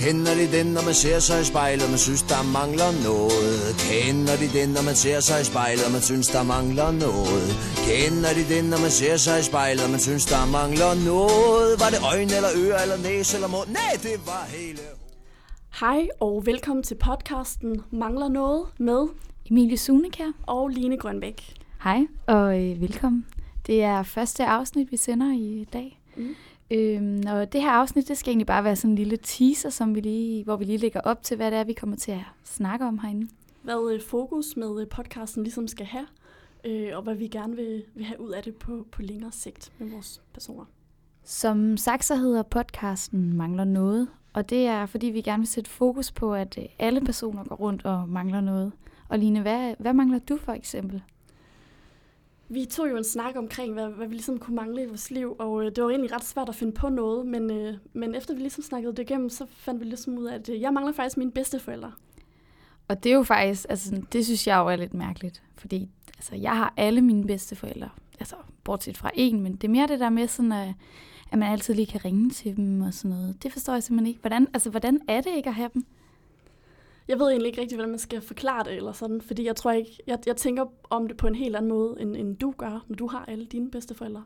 Kender de den, når man ser sig i spejlet, og man synes, der mangler noget? Kender de den, når man ser sig i spejlet, og man synes, der mangler noget? Kender de den, når man ser sig i spejlet, og man synes, der mangler noget? Var det øjne, eller ører, eller næse, eller mund? Nej, det var hele... Hej og velkommen til podcasten Mangler Noget med Emilie Sunekær og Line Grønbæk. Hej og velkommen. Det er første afsnit, vi sender i dag. Og det her afsnit, det skal egentlig bare være sådan en lille teaser, hvor vi lige lægger op til, hvad det er, vi kommer til at snakke om herinde. Hvad fokus med podcasten ligesom skal have, og hvad vi gerne vil have ud af det på længere sigt med vores personer. Som sagt, så hedder podcasten Mangler Noget, og det er, fordi vi gerne vil sætte fokus på, at alle personer går rundt og mangler noget. Og Line, hvad mangler du for eksempel? Vi tog jo en snak omkring, hvad vi ligesom kunne mangle i vores liv, og det var egentlig ret svært at finde på noget, men efter vi ligesom snakkede det igennem, så fandt vi ligesom ud af, at jeg mangler faktisk mine bedsteforældre. Og det er jo faktisk, altså det synes jeg jo er lidt mærkeligt, fordi altså, jeg har alle mine bedsteforældre, altså bortset fra en, men det er mere det der med sådan, at man altid lige kan ringe til dem og sådan noget. Det forstår jeg simpelthen ikke. Hvordan er det ikke at have dem? Jeg ved egentlig ikke rigtig, hvordan man skal forklare det eller sådan, fordi jeg tror ikke, jeg tænker om det på en helt anden måde, end du gør, når du har alle dine bedsteforældre.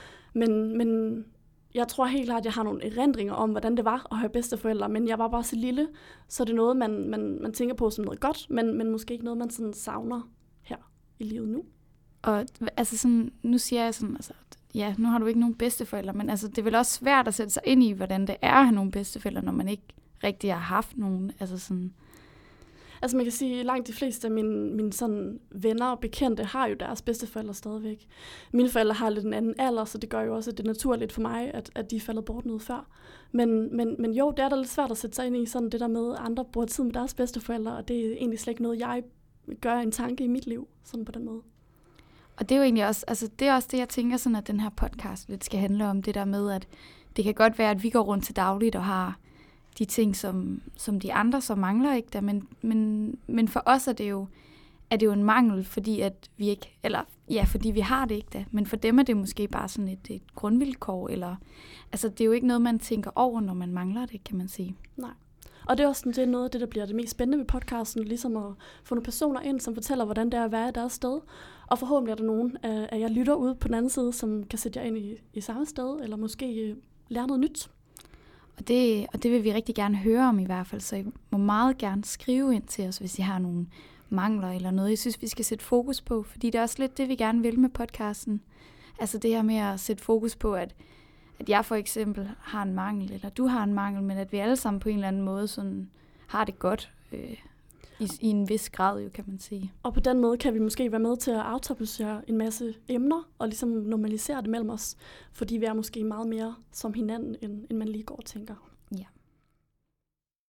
Men jeg tror helt klart, at jeg har nogle erindringer om, hvordan det var at have bedsteforældre, men jeg var bare så lille, så det er noget, man tænker på som noget godt, men måske ikke noget, man sådan savner her i livet nu. Og altså sådan, nu siger jeg sådan, altså, ja, nu har du ikke nogen bedsteforældre, men altså, det er vel også svært at sætte sig ind i, hvordan det er at have nogle bedsteforældre, når man ikke rigtig har haft nogen, altså sådan... Altså man kan sige, at langt de fleste af mine sådan venner og bekendte har jo deres bedsteforældre stadigvæk. Mine forældre har lidt en anden alder, så det gør jo også, at det er naturligt for mig, at de er faldet bort noget før. Men jo, det er da lidt svært at sætte sig ind i sådan det der med, at andre bruger tid med deres bedsteforældre, og det er egentlig slet ikke noget, jeg gør en tanke i mit liv, sådan på den måde. Og det er jo egentlig også, altså det er også det, jeg tænker sådan, at den her podcast lidt skal handle om, det der med, at det kan godt være, at vi går rundt til dagligt og har de ting, som de andre så mangler ikke der, men for os er det jo en mangel, fordi at vi ikke, eller ja, fordi vi har det ikke der, men for dem er det måske bare sådan et grundvilkår, eller altså det er jo ikke noget, man tænker over, når man mangler det, kan man sige. Nej. Og det er også det er noget af det, der bliver det mest spændende ved podcasten, ligesom at få nogle personer ind, som fortæller, hvordan det er at være i deres sted. Og forhåbentlig er der nogen af jer lytter ude på den anden side, som kan sætte jer ind i samme sted, eller måske lære noget nyt. Og det vil vi rigtig gerne høre om i hvert fald, så I må meget gerne skrive ind til os, hvis I har nogle mangler eller noget, jeg synes, vi skal sætte fokus på. Fordi det er også lidt det, vi gerne vil med podcasten. Altså det her med at sætte fokus på, at jeg for eksempel har en mangel, eller du har en mangel, men at vi alle sammen på en eller anden måde sådan, har det godt i en vis grad, jo, kan man sige. Og på den måde kan vi måske være med til at aftabuisere en masse emner, og ligesom normalisere det mellem os, fordi vi er måske meget mere som hinanden, end man lige går og tænker. Ja.